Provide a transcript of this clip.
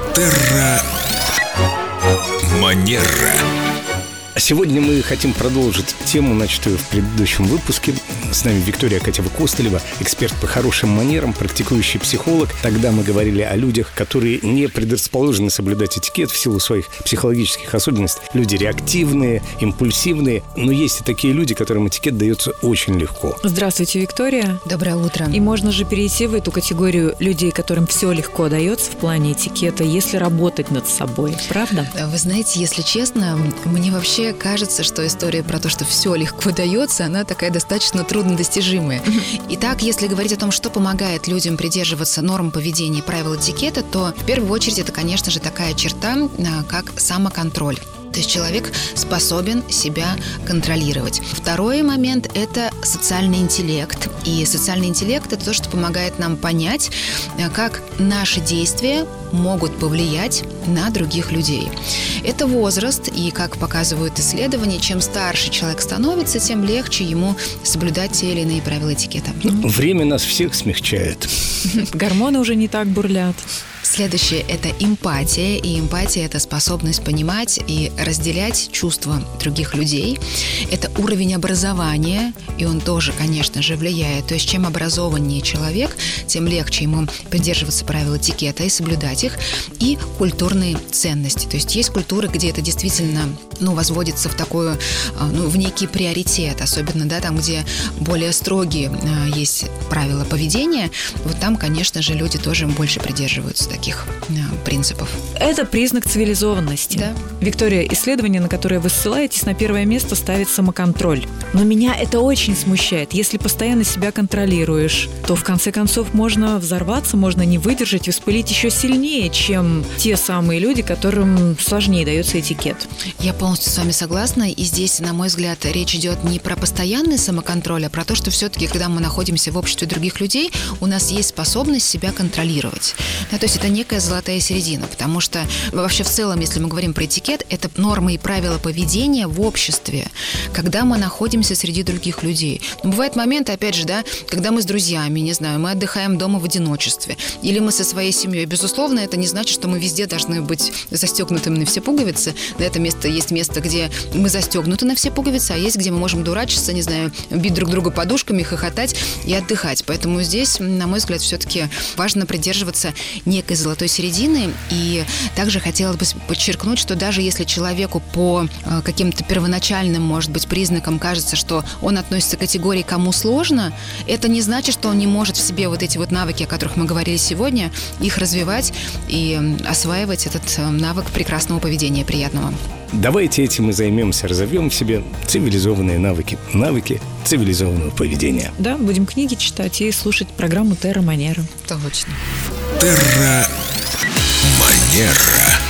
Терра Манера. Сегодня мы хотим продолжить тему, начатую в предыдущем выпуске. С нами Виктория Катева-Костылева, эксперт по хорошим манерам, практикующий психолог. Тогда мы говорили о людях, которые не предрасположены соблюдать этикет в силу своих психологических особенностей. Люди реактивные, импульсивные. Но есть и такие люди, которым этикет дается очень легко. Здравствуйте, Виктория. Доброе утро. И можно же перейти в эту категорию людей, которым все легко дается в плане этикета, если работать над собой. Правда? Вы знаете, если честно, мне вообще кажется, что история про то, что все легко дается, она такая достаточно труднодостижимая. Итак, если говорить о том, что помогает людям придерживаться норм поведения и правил этикета, то в первую очередь это, конечно же, такая черта, как самоконтроль. То есть человек способен себя контролировать. Второй момент – это социальный интеллект. И социальный интеллект – это то, что помогает нам понять, как наши действия могут повлиять на других людей. Это возраст, и, как показывают исследования, чем старше человек становится, тем легче ему соблюдать те или иные правила этикета. Время нас всех смягчает. Гормоны уже не так бурлят. Следующее – это эмпатия. И эмпатия – это способность понимать и разделять чувства других людей. Это уровень образования, и он тоже, конечно же, влияет. То есть, чем образованнее человек, тем легче ему придерживаться правил этикета и соблюдать их. И культурные ценности. То есть, есть культуры, где это действительно возводится в такую, в некий приоритет. Особенно, там, где более строгие есть правила поведения. Вот там, конечно же, люди тоже больше придерживаются таких принципов. Это признак цивилизованности. Да. Виктория, исследование, на которое вы ссылаетесь, на первое место ставит самоконтроль. Но меня это очень смущает. Если постоянно себя контролируешь, то в конце концов можно взорваться, можно не выдержать и вспылить еще сильнее, чем те самые люди, которым сложнее дается этикет. Я полностью с вами согласна. И здесь, на мой взгляд, речь идет не про постоянный самоконтроль, а про то, что все-таки, когда мы находимся в обществе других людей, у нас есть способность себя контролировать. То есть это некая золотая середина, потому что вообще в целом, если мы говорим про этикет, это нормы и правила поведения в обществе, когда мы находимся среди других людей. Но бывают моменты, опять же, когда мы с друзьями, не знаю, мы отдыхаем дома в одиночестве, или мы со своей семьей. Безусловно, это не значит, что мы везде должны быть застегнутыми на все пуговицы. На это место есть место, где мы застегнуты на все пуговицы, а есть, где мы можем дурачиться, не знаю, бить друг друга подушками, хохотать и отдыхать. Поэтому здесь, на мой взгляд, все-таки важно придерживаться некой золотой середины. И также хотелось бы подчеркнуть, что даже если человеку по каким-то первоначальным, может быть, признакам кажется, что он относится к категории «кому сложно», это не значит, что он не может в себе вот эти вот навыки, о которых мы говорили сегодня, их развивать и осваивать этот навык прекрасного поведения, приятного. Давайте этим и займемся, разовьем в себе цивилизованные навыки цивилизованного поведения. Да, будем книги читать и слушать программу «Терра Манера». Точно. Терра Манера.